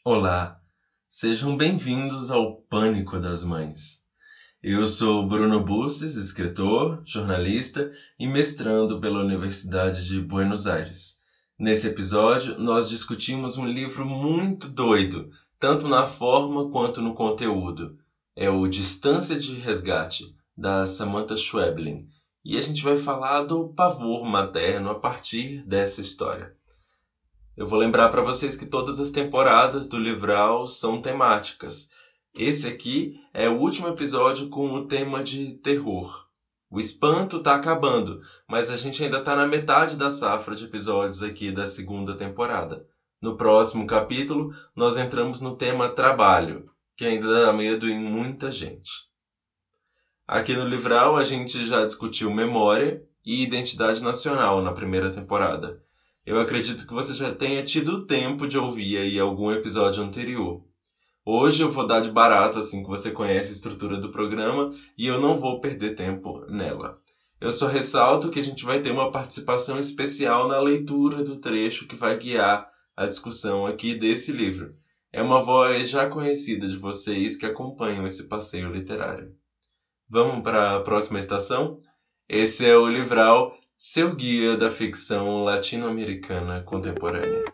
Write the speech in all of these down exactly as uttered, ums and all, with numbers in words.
Olá, sejam bem-vindos ao Pânico das Mães. Eu sou Bruno Busses, escritor, jornalista e mestrando pela Universidade de Buenos Aires. Nesse episódio, nós discutimos um livro muito doido, tanto na forma quanto no conteúdo. É o Distância de Resgate, da Samantha Schweblin, e a gente vai falar do pavor materno a partir dessa história. Eu vou lembrar para vocês que todas as temporadas do Livral são temáticas. Esse aqui é o último episódio com o tema de terror. O espanto está acabando, mas a gente ainda está na metade da safra de episódios aqui da segunda temporada. No próximo capítulo, nós entramos no tema trabalho, que ainda dá medo em muita gente. Aqui no Livral a gente já discutiu memória e identidade nacional na primeira temporada. Eu acredito que você já tenha tido tempo de ouvir aí algum episódio anterior. Hoje eu vou dar de barato, assim que você conhece a estrutura do programa, e eu não vou perder tempo nela. Eu só ressalto que a gente vai ter uma participação especial na leitura do trecho que vai guiar a discussão aqui desse livro. É uma voz já conhecida de vocês que acompanham esse passeio literário. Vamos para a próxima estação? Esse é o Livral, seu guia da ficção latino-americana contemporânea.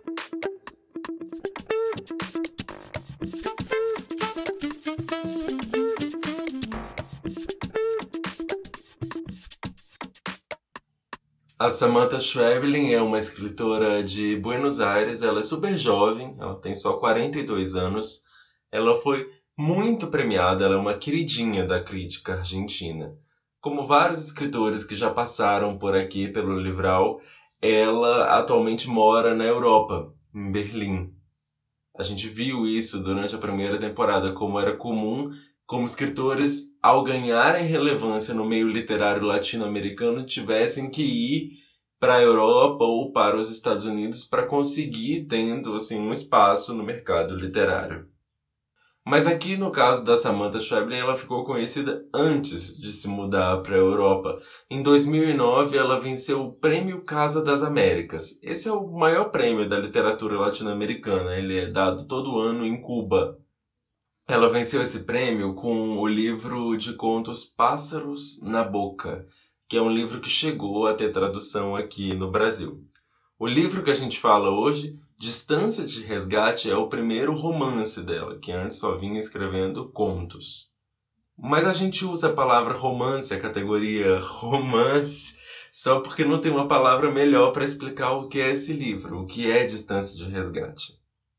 A Samantha Schweblin é uma escritora de Buenos Aires, ela é super jovem, ela tem só quarenta e dois anos. Ela foi muito premiada, ela é uma queridinha da crítica argentina. Como vários escritores que já passaram por aqui pelo Livral, ela atualmente mora na Europa, em Berlim. A gente viu isso durante a primeira temporada, como era comum, como escritores, ao ganharem relevância no meio literário latino-americano, tivessem que ir para a Europa ou para os Estados Unidos para conseguir tendo assim, um espaço no mercado literário. Mas aqui no caso da Samantha Schweblin, ela ficou conhecida antes de se mudar para a Europa. Em dois mil e nove, ela venceu o Prêmio Casa das Américas. Esse é o maior prêmio da literatura latino-americana. Ele é dado todo ano em Cuba. Ela venceu esse prêmio com o livro de contos Pássaros na Boca, que é um livro que chegou a ter tradução aqui no Brasil. O livro que a gente fala hoje, Distância de Resgate, é o primeiro romance dela, que antes só vinha escrevendo contos. Mas a gente usa a palavra romance, a categoria romance, só porque não tem uma palavra melhor para explicar o que é esse livro, o que é Distância de Resgate.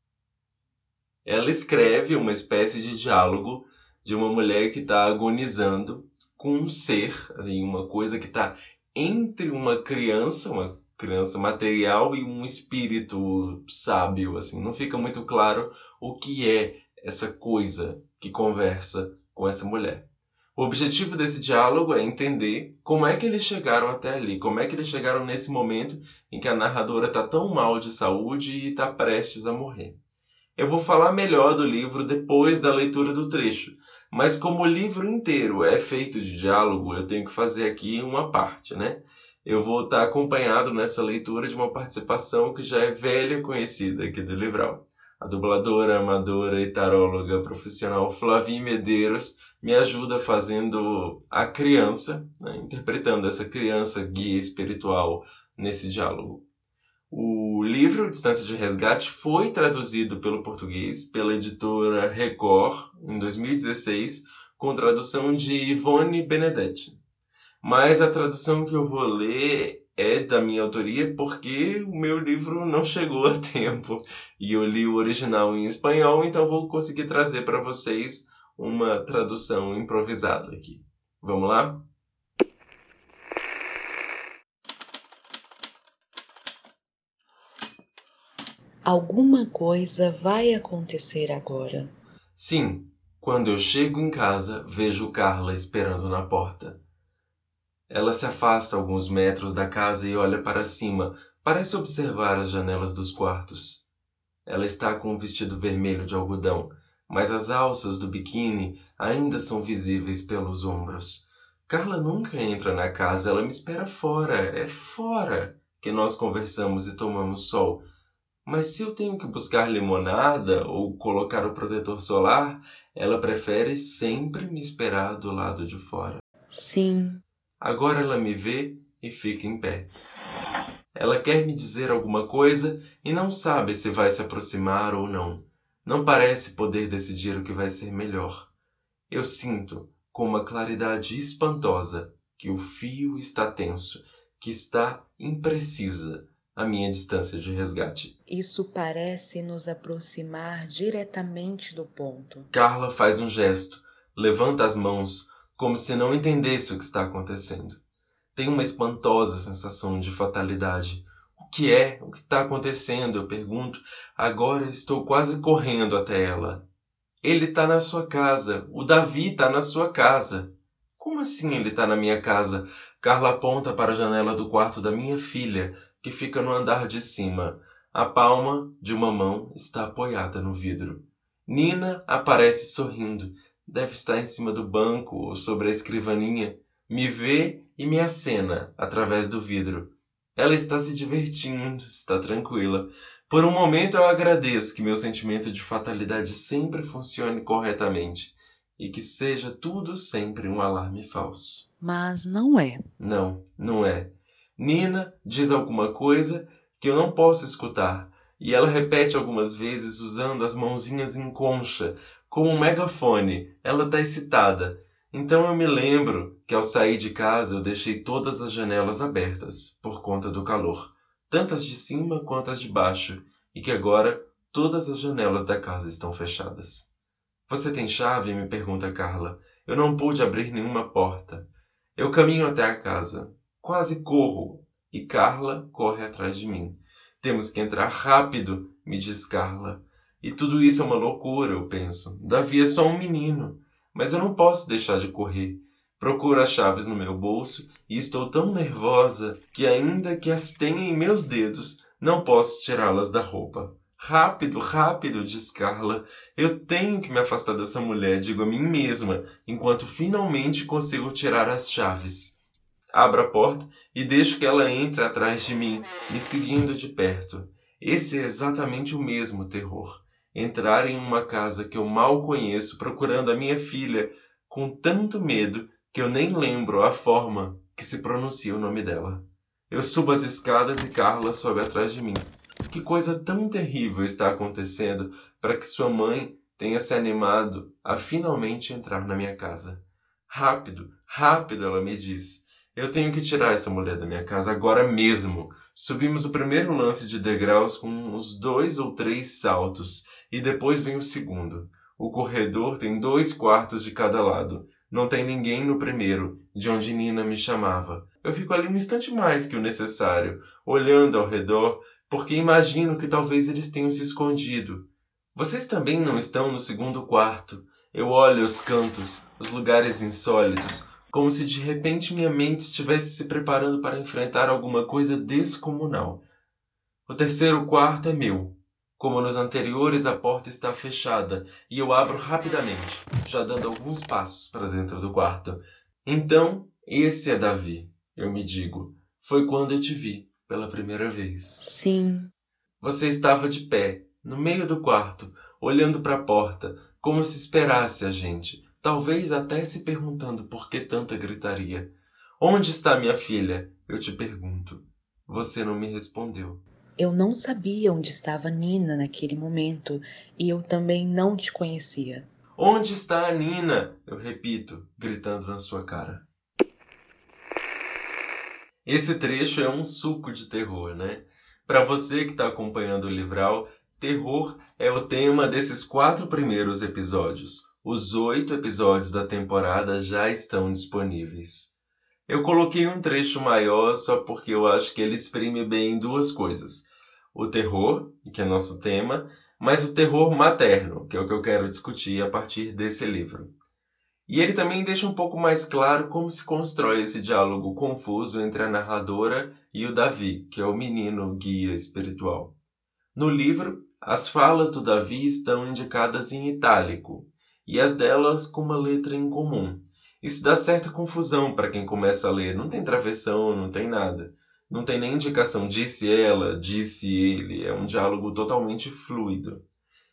Ela escreve uma espécie de diálogo de uma mulher que está agonizando com um ser, assim, uma coisa que está entre uma criança, uma criança material e um espírito sábio, assim. Não fica muito claro o que é essa coisa que conversa com essa mulher. O objetivo desse diálogo é entender como é que eles chegaram até ali, como é que eles chegaram nesse momento em que a narradora está tão mal de saúde e está prestes a morrer. Eu vou falar melhor do livro depois da leitura do trecho, mas como o livro inteiro é feito de diálogo, eu tenho que fazer aqui uma parte, né? Eu vou estar acompanhado nessa leitura de uma participação que já é velha e conhecida aqui do Livral. A dubladora, amadora e taróloga profissional Flavinha Medeiros me ajuda fazendo a criança, né, interpretando essa criança guia espiritual nesse diálogo. O livro Distância de Resgate foi traduzido pelo português pela editora Record em dois mil e dezesseis, com tradução de Ivone Benedetti. Mas a tradução que eu vou ler é da minha autoria porque o meu livro não chegou a tempo e eu li o original em espanhol, então vou conseguir trazer para vocês uma tradução improvisada aqui. Vamos lá? Alguma coisa vai acontecer agora. Sim, quando eu chego em casa, vejo Carla esperando na porta. Ela se afasta alguns metros da casa e olha para cima, parece observar as janelas dos quartos. Ela está com um vestido vermelho de algodão, mas as alças do biquíni ainda são visíveis pelos ombros. Carla nunca entra na casa, ela me espera fora, é fora que nós conversamos e tomamos sol. Mas se eu tenho que buscar limonada ou colocar o protetor solar, ela prefere sempre me esperar do lado de fora. Sim. Agora ela me vê e fica em pé. Ela quer me dizer alguma coisa e não sabe se vai se aproximar ou não. Não parece poder decidir o que vai ser melhor. Eu sinto, com uma claridade espantosa, que o fio está tenso, que está imprecisa a minha distância de resgate. Isso parece nos aproximar diretamente do ponto. Carla faz um gesto, levanta as mãos, como se não entendesse o que está acontecendo. Tem uma espantosa sensação de fatalidade. O que é? O que está acontecendo? Eu pergunto. Agora estou quase correndo até ela. Ele está na sua casa. O Davi está na sua casa. Como assim ele está na minha casa? Carla aponta para a janela do quarto da minha filha, que fica no andar de cima. A palma de uma mão está apoiada no vidro. Nina aparece sorrindo. Deve estar em cima do banco ou sobre a escrivaninha. Me vê e me acena através do vidro. Ela está se divertindo, está tranquila. Por um momento eu agradeço que meu sentimento de fatalidade sempre funcione corretamente e que seja tudo sempre um alarme falso. Mas não é. Não, não é. Nina diz alguma coisa que eu não posso escutar e ela repete algumas vezes usando as mãozinhas em concha, como um megafone. Ela está excitada. Então eu me lembro que ao sair de casa eu deixei todas as janelas abertas, por conta do calor, tanto as de cima quanto as de baixo, e que agora todas as janelas da casa estão fechadas. Você tem chave? Me pergunta Carla. Eu não pude abrir nenhuma porta. Eu caminho até a casa. Quase corro, e Carla corre atrás de mim. Temos que entrar rápido, me diz Carla. E tudo isso é uma loucura, eu penso. Davi é só um menino. Mas eu não posso deixar de correr. Procuro as chaves no meu bolso e estou tão nervosa que, ainda que as tenha em meus dedos, não posso tirá-las da roupa. Rápido, rápido, diz Carla. Eu tenho que me afastar dessa mulher, digo a mim mesma, enquanto finalmente consigo tirar as chaves. Abro a porta e deixo que ela entre atrás de mim, me seguindo de perto. Esse é exatamente o mesmo terror. Entrar em uma casa que eu mal conheço procurando a minha filha, com tanto medo que eu nem lembro a forma que se pronuncia o nome dela. Eu subo as escadas e Carla sobe atrás de mim. Que coisa tão terrível está acontecendo para que sua mãe tenha se animado a finalmente entrar na minha casa? Rápido, rápido, ela me diz. Eu tenho que tirar essa mulher da minha casa agora mesmo. Subimos o primeiro lance de degraus com uns dois ou três saltos, e depois vem o segundo. O corredor tem dois quartos de cada lado. Não tem ninguém no primeiro, de onde Nina me chamava. Eu fico ali um instante mais que o necessário, olhando ao redor, porque imagino que talvez eles tenham se escondido. Vocês também não estão no segundo quarto. Eu olho os cantos, os lugares insólitos, como se de repente minha mente estivesse se preparando para enfrentar alguma coisa descomunal. O terceiro quarto é meu. Como nos anteriores, a porta está fechada e eu abro rapidamente, já dando alguns passos para dentro do quarto. Então, esse é Davi, eu me digo. Foi quando eu te vi pela primeira vez. Sim. Você estava de pé, no meio do quarto, olhando para a porta, como se esperasse a gente, talvez até se perguntando por que tanta gritaria. Onde está minha filha? Eu te pergunto. Você não me respondeu. Eu não sabia onde estava Nina naquele momento e eu também não te conhecia. Onde está a Nina? Eu repito, gritando na sua cara. Esse trecho é um suco de terror, né? Para você que está acompanhando o Livral, terror é o tema desses quatro primeiros episódios. Os oito episódios da temporada já estão disponíveis. Eu coloquei um trecho maior só porque eu acho que ele exprime bem duas coisas. O terror, que é nosso tema, mas o terror materno, que é o que eu quero discutir a partir desse livro. E ele também deixa um pouco mais claro como se constrói esse diálogo confuso entre a narradora e o Davi, que é o menino guia espiritual. No livro, as falas do Davi estão indicadas em itálico, e as delas com uma letra em comum. Isso dá certa confusão para quem começa a ler, não tem travessão, não tem nada. Não tem nem indicação disse ela, disse ele. É um diálogo totalmente fluido.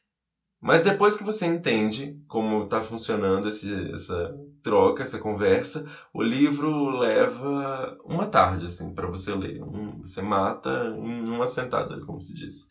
Mas depois que você entende como está funcionando esse, essa troca, essa conversa, o livro leva uma tarde assim, para você ler. Um, você mata em uma sentada, como se diz.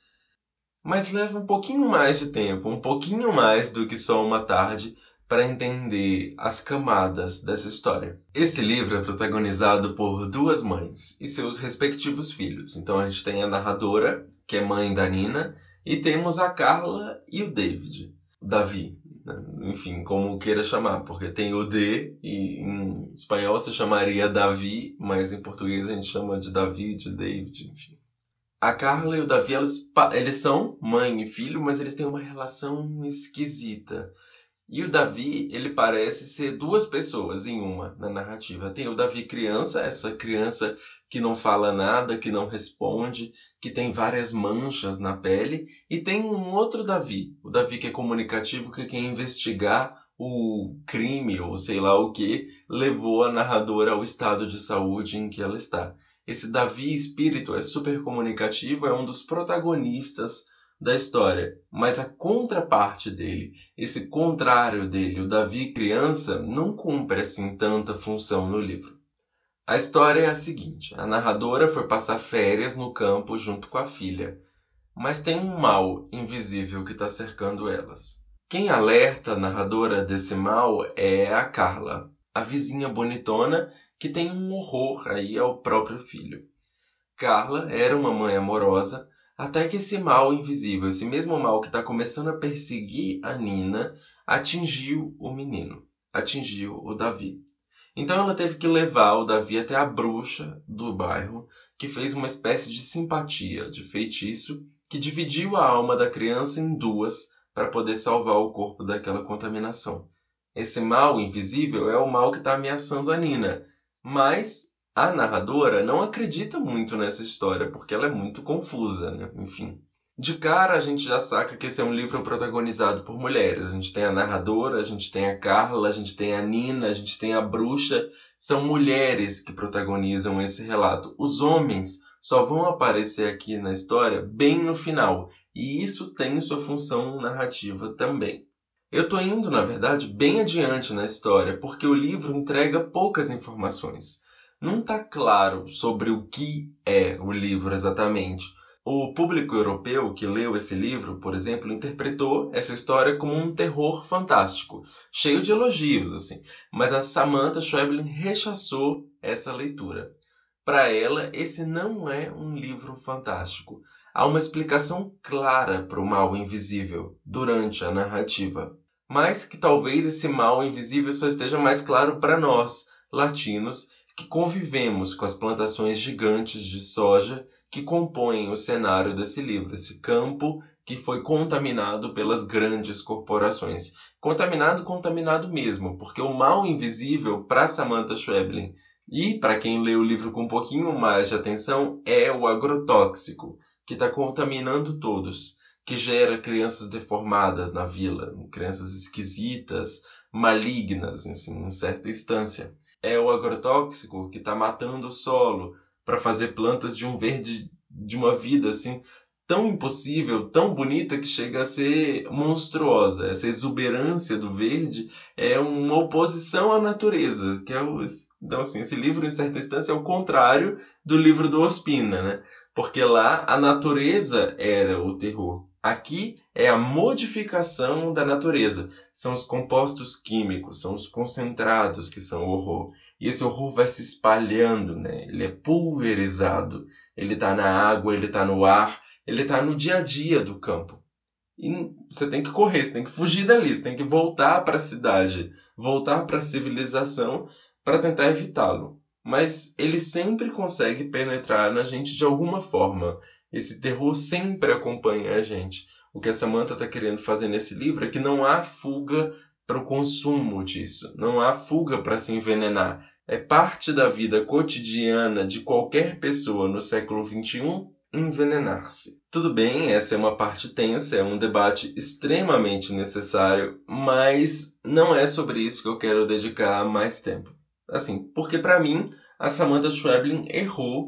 Mas leva um pouquinho mais de tempo, um pouquinho mais do que só uma tarde, para entender as camadas dessa história. Esse livro é protagonizado por duas mães e seus respectivos filhos. Então a gente tem a narradora, que é mãe da Nina, e temos a Carla e o David, o Davi, né? Enfim, como queira chamar, porque tem o D e em espanhol se chamaria Davi, mas em português a gente chama de David, David, enfim. A Carla e o Davi, eles, eles são mãe e filho, mas eles têm uma relação esquisita. E o Davi, ele parece ser duas pessoas em uma na narrativa. Tem o Davi criança, essa criança que não fala nada, que não responde, que tem várias manchas na pele. E tem um outro Davi, o Davi que é comunicativo, que quer investigar o crime, ou sei lá o que, levou a narradora ao estado de saúde em que ela está. Esse Davi espírito é super comunicativo, é um dos protagonistas da história, mas a contraparte dele, esse contrário dele, o Davi criança, não cumpre assim tanta função no livro. A história é a seguinte: a narradora foi passar férias no campo junto com a filha, mas tem um mal invisível que está cercando elas. Quem alerta a narradora desse mal é a Carla, a vizinha bonitona que tem um horror aí ao próprio filho. Carla era uma mãe amorosa, até que esse mal invisível, esse mesmo mal que está começando a perseguir a Nina, atingiu o menino, atingiu o Davi. Então ela teve que levar o Davi até a bruxa do bairro, que fez uma espécie de simpatia, de feitiço, que dividiu a alma da criança em duas para poder salvar o corpo daquela contaminação. Esse mal invisível é o mal que está ameaçando a Nina, mas a narradora não acredita muito nessa história, porque ela é muito confusa, né? Enfim. De cara, a gente já saca que esse é um livro protagonizado por mulheres. A gente tem a narradora, a gente tem a Carla, a gente tem a Nina, a gente tem a bruxa. São mulheres que protagonizam esse relato. Os homens só vão aparecer aqui na história bem no final, e isso tem sua função narrativa também. Eu estou indo, na verdade, bem adiante na história, porque o livro entrega poucas informações. Não está claro sobre o que é o livro exatamente. O público europeu que leu esse livro, por exemplo, interpretou essa história como um terror fantástico, cheio de elogios, assim. Mas a Samantha Schweblin rechaçou essa leitura. Para ela, esse não é um livro fantástico. Há uma explicação clara para o mal invisível durante a narrativa, mas que talvez esse mal invisível só esteja mais claro para nós, latinos, que convivemos com as plantações gigantes de soja que compõem o cenário desse livro, esse campo que foi contaminado pelas grandes corporações. Contaminado, contaminado mesmo, porque o mal invisível para Samantha Schweblin e para quem lê o livro com um pouquinho mais de atenção é o agrotóxico, que está contaminando todos, que gera crianças deformadas na vila, crianças esquisitas, malignas, assim, em certa instância. É o agrotóxico que está matando o solo para fazer plantas de um verde, de uma vida assim tão impossível, tão bonita que chega a ser monstruosa. Essa exuberância do verde é uma oposição à natureza, que é o... Então assim, esse livro em certa instância é o contrário do livro do Ospina, né? Porque lá a natureza era o terror. Aqui é a modificação da natureza. São os compostos químicos, são os concentrados que são o horror. E esse horror vai se espalhando, né? Ele é pulverizado. Ele está na água, ele está no ar, ele está no dia a dia do campo. E você tem que correr, você tem que fugir dali, você tem que voltar para a cidade, voltar para a civilização para tentar evitá-lo. Mas ele sempre consegue penetrar na gente de alguma forma. Esse terror sempre acompanha a gente. O que a Samantha está querendo fazer nesse livro é que não há fuga para o consumo disso. Não há fuga para se envenenar. É parte da vida cotidiana de qualquer pessoa no século vinte e um envenenar-se. Tudo bem, essa é uma parte tensa, é um debate extremamente necessário, mas não é sobre isso que eu quero dedicar mais tempo. Assim, porque para mim, a Samantha Schweblin errou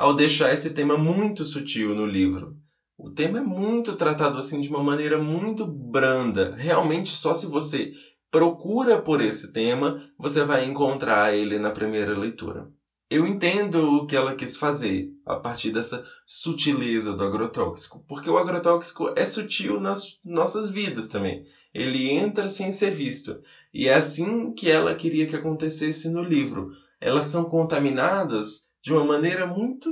ao deixar esse tema muito sutil no livro. O tema é muito tratado assim de uma maneira muito branda. Realmente, só se você procura por esse tema, você vai encontrar ele na primeira leitura. Eu entendo o que ela quis fazer a partir dessa sutileza do agrotóxico, porque o agrotóxico é sutil nas nossas vidas também. Ele entra sem ser visto. E é assim que ela queria que acontecesse no livro. Elas são contaminadas de uma maneira muito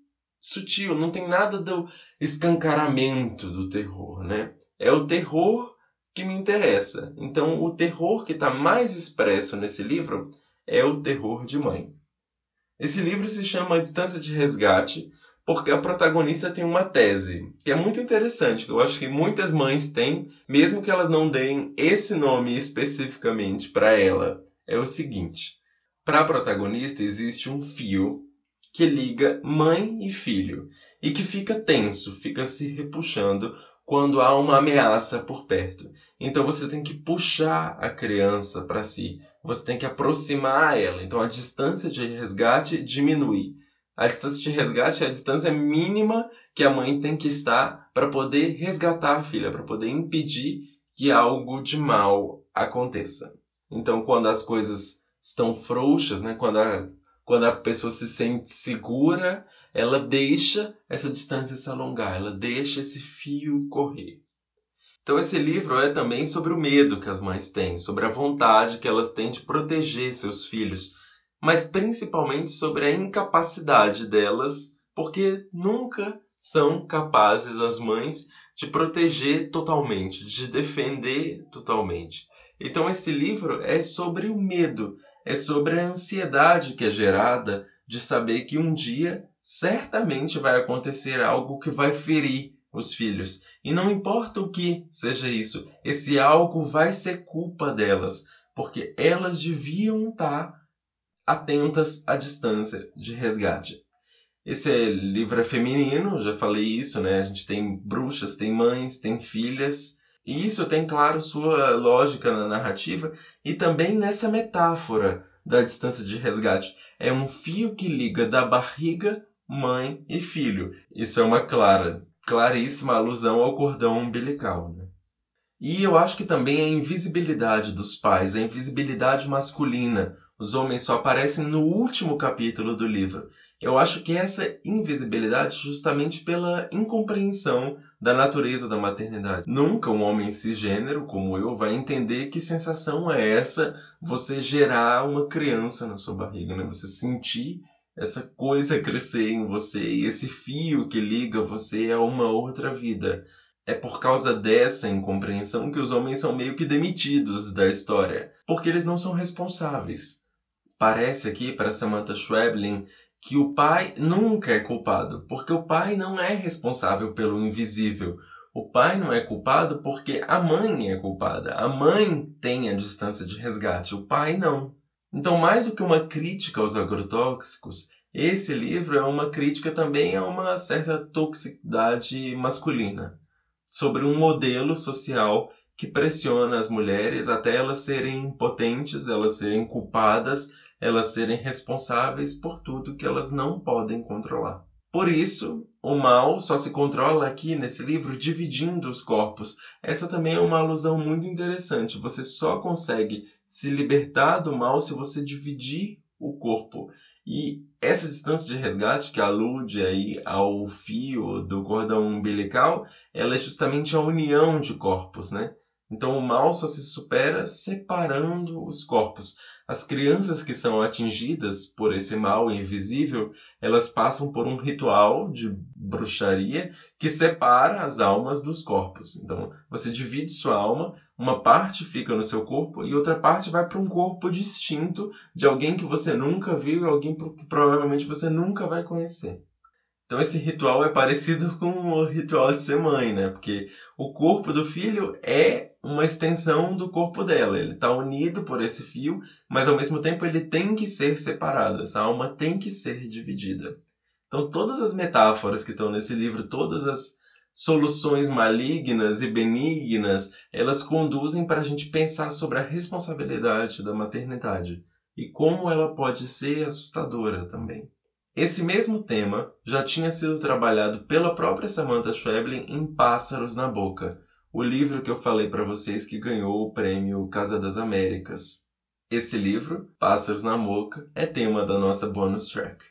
sutil, não tem nada do escancaramento do terror, né? É o terror que me interessa. Então, o terror que está mais expresso nesse livro é o terror de mãe. Esse livro se chama A Distância de Resgate, porque a protagonista tem uma tese, que é muito interessante, que eu acho que muitas mães têm, mesmo que elas não deem esse nome especificamente para ela. É o seguinte: para a protagonista existe um fio que liga mãe e filho, e que fica tenso, fica se repuxando quando há uma ameaça por perto. Então você tem que puxar a criança para si, você tem que aproximar ela. Então a distância de resgate diminui. A distância de resgate é a distância mínima que a mãe tem que estar para poder resgatar a filha, para poder impedir que algo de mal aconteça. Então, quando as coisas estão frouxas, né, quando a Quando a pessoa se sente segura, ela deixa essa distância se alongar, ela deixa esse fio correr. Então esse livro é também sobre o medo que as mães têm, sobre a vontade que elas têm de proteger seus filhos, mas principalmente sobre a incapacidade delas, porque nunca são capazes as mães de proteger totalmente, de defender totalmente. Então esse livro é sobre o medo, é sobre a ansiedade que é gerada de saber que um dia certamente vai acontecer algo que vai ferir os filhos. E não importa o que seja isso, esse algo vai ser culpa delas, porque elas deviam estar atentas à distância de resgate. Esse livro é feminino, já falei isso, né? A gente tem bruxas, tem mães, tem filhas. E isso tem, claro, sua lógica na narrativa e também nessa metáfora da distância de resgate. É um fio que liga da barriga, mãe e filho. Isso é uma clara, claríssima alusão ao cordão umbilical, né? E eu acho que também a invisibilidade dos pais, a invisibilidade masculina. Os homens só aparecem no último capítulo do livro. Eu acho que essa invisibilidade é justamente pela incompreensão da natureza da maternidade. Nunca um homem cisgênero como eu vai entender que sensação é essa você gerar uma criança na sua barriga, né? Você sentir essa coisa crescer em você e esse fio que liga você a uma outra vida. É por causa dessa incompreensão que os homens são meio que demitidos da história, porque eles não são responsáveis. Parece aqui para Samantha Schweblin que o pai nunca é culpado, porque o pai não é responsável pelo invisível. O pai não é culpado porque a mãe é culpada. A mãe tem a distância de resgate, o pai não. Então, mais do que uma crítica aos agrotóxicos, esse livro é uma crítica também a uma certa toxicidade masculina, sobre um modelo social que pressiona as mulheres até elas serem impotentes, elas serem culpadas, elas serem responsáveis por tudo que elas não podem controlar. Por isso, o mal só se controla aqui nesse livro dividindo os corpos. Essa também é uma alusão muito interessante. Você só consegue se libertar do mal se você dividir o corpo. E essa distância de resgate, que alude aí ao fio do cordão umbilical, ela é justamente a união de corpos, né? Então o mal só se supera separando os corpos. As crianças que são atingidas por esse mal invisível, elas passam por um ritual de bruxaria que separa as almas dos corpos. Então você divide sua alma, uma parte fica no seu corpo e outra parte vai para um corpo distinto de alguém que você nunca viu e alguém que provavelmente você nunca vai conhecer. Então esse ritual é parecido com o ritual de ser mãe, né? Porque o corpo do filho é uma extensão do corpo dela. Ele está unido por esse fio, mas ao mesmo tempo ele tem que ser separado. Essa alma tem que ser dividida. Então todas as metáforas que estão nesse livro, todas as soluções malignas e benignas, elas conduzem para a gente pensar sobre a responsabilidade da maternidade e como ela pode ser assustadora também. Esse mesmo tema já tinha sido trabalhado pela própria Samantha Schweblin em Pássaros na Boca, o livro que eu falei para vocês que ganhou o prêmio Casa das Américas. Esse livro, Pássaros na Boca, é tema da nossa bonus track.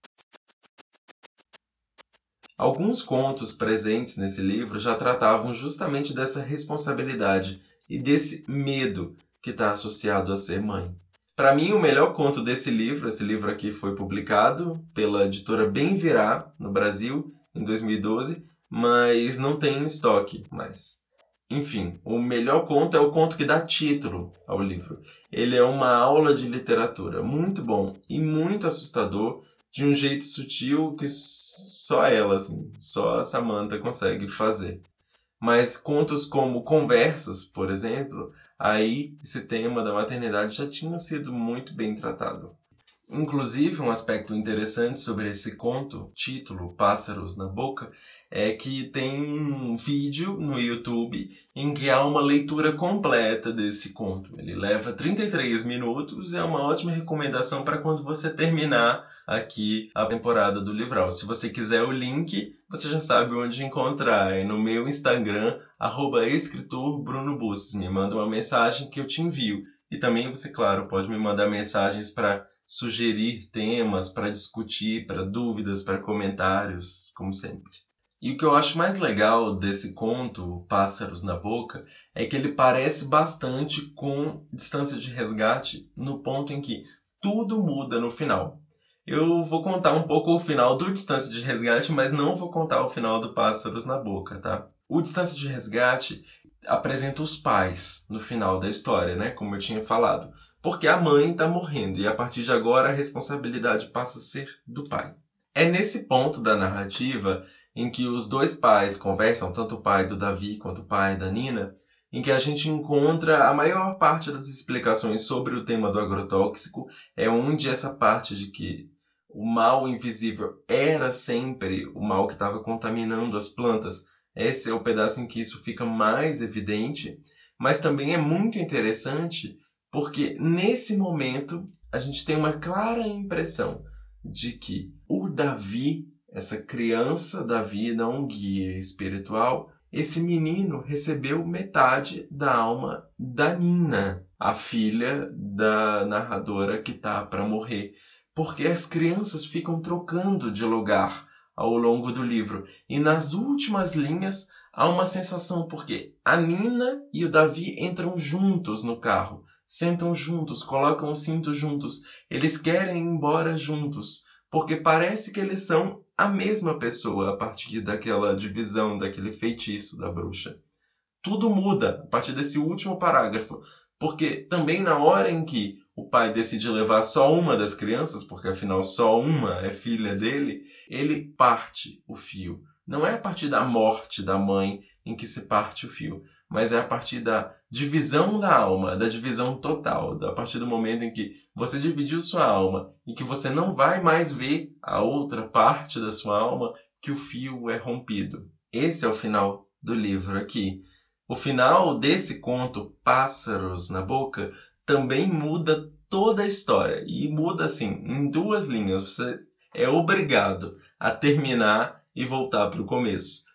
Alguns contos presentes nesse livro já tratavam justamente dessa responsabilidade e desse medo que está associado a ser mãe. Para mim, o melhor conto desse livro, esse livro aqui foi publicado pela editora Bem Virá, no Brasil, em dois mil e doze, mas não tem em estoque mais. Enfim, o melhor conto é o conto que dá título ao livro. Ele é uma aula de literatura, muito bom e muito assustador, de um jeito sutil que só ela, assim, só a Samantha consegue fazer. Mas contos como Conversas, por exemplo, aí esse tema da maternidade já tinha sido muito bem tratado. Inclusive, um aspecto interessante sobre esse conto, título Pássaros na Boca, é que tem um vídeo no YouTube em que há uma leitura completa desse conto. Ele leva trinta e três minutos e é uma ótima recomendação para quando você terminar aqui a temporada do Livral. Se você quiser o link, você já sabe onde encontrar. É no meu Instagram, arroba escritor Bruno Bustos. Me manda uma mensagem que eu te envio. E também você, claro, pode me mandar mensagens para sugerir temas, para discutir, para dúvidas, para comentários, como sempre. E o que eu acho mais legal desse conto, Pássaros na Boca, é que ele parece bastante com Distância de Resgate, no ponto em que tudo muda no final. Eu vou contar um pouco o final do Distância de Resgate, mas não vou contar o final do Pássaros na Boca, tá? O Distância de Resgate apresenta os pais no final da história, né? Como eu tinha falado. Porque a mãe está morrendo e a partir de agora a responsabilidade passa a ser do pai. É nesse ponto da narrativa em que os dois pais conversam, tanto o pai do Davi quanto o pai da Nina, em que a gente encontra a maior parte das explicações sobre o tema do agrotóxico, é onde essa parte de que o mal invisível era sempre o mal que estava contaminando as plantas. Esse é o pedaço em que isso fica mais evidente, mas também é muito interessante porque nesse momento a gente tem uma clara impressão de que o Davi, essa criança Davi, não um guia espiritual, esse menino recebeu metade da alma da Nina, a filha da narradora que está para morrer. Porque as crianças ficam trocando de lugar ao longo do livro. E nas últimas linhas há uma sensação, porque a Nina e o Davi entram juntos no carro, sentam juntos, colocam o cinto juntos. Eles querem ir embora juntos, porque parece que eles são a mesma pessoa a partir daquela divisão, daquele feitiço da bruxa. Tudo muda a partir desse último parágrafo, porque também na hora em que o pai decide levar só uma das crianças, porque afinal só uma é filha dele, ele parte o fio. Não é a partir da morte da mãe em que se parte o fio, mas é a partir da divisão da alma, da divisão total, a partir do momento em que você dividiu sua alma e que você não vai mais ver a outra parte da sua alma, que o fio é rompido. Esse é o final do livro aqui. O final desse conto, Pássaros na Boca, também muda toda a história. E muda assim, em duas linhas. Você é obrigado a terminar e voltar para o começo.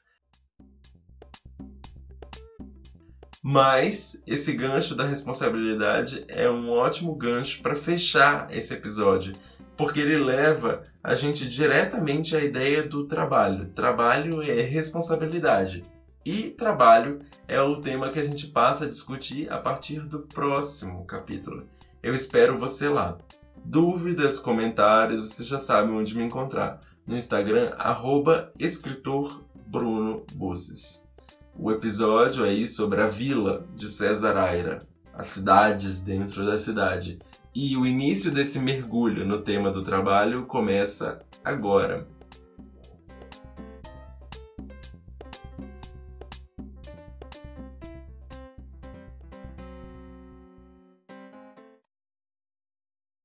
Mas esse gancho da responsabilidade é um ótimo gancho para fechar esse episódio, porque ele leva a gente diretamente à ideia do trabalho. Trabalho é responsabilidade. E trabalho é o tema que a gente passa a discutir a partir do próximo capítulo. Eu espero você lá. Dúvidas, comentários, você já sabe onde me encontrar. No Instagram, arroba escritor Bruno Busses. O episódio aí sobre a vila de César Aira, as cidades dentro da cidade. E o início desse mergulho no tema do trabalho começa agora.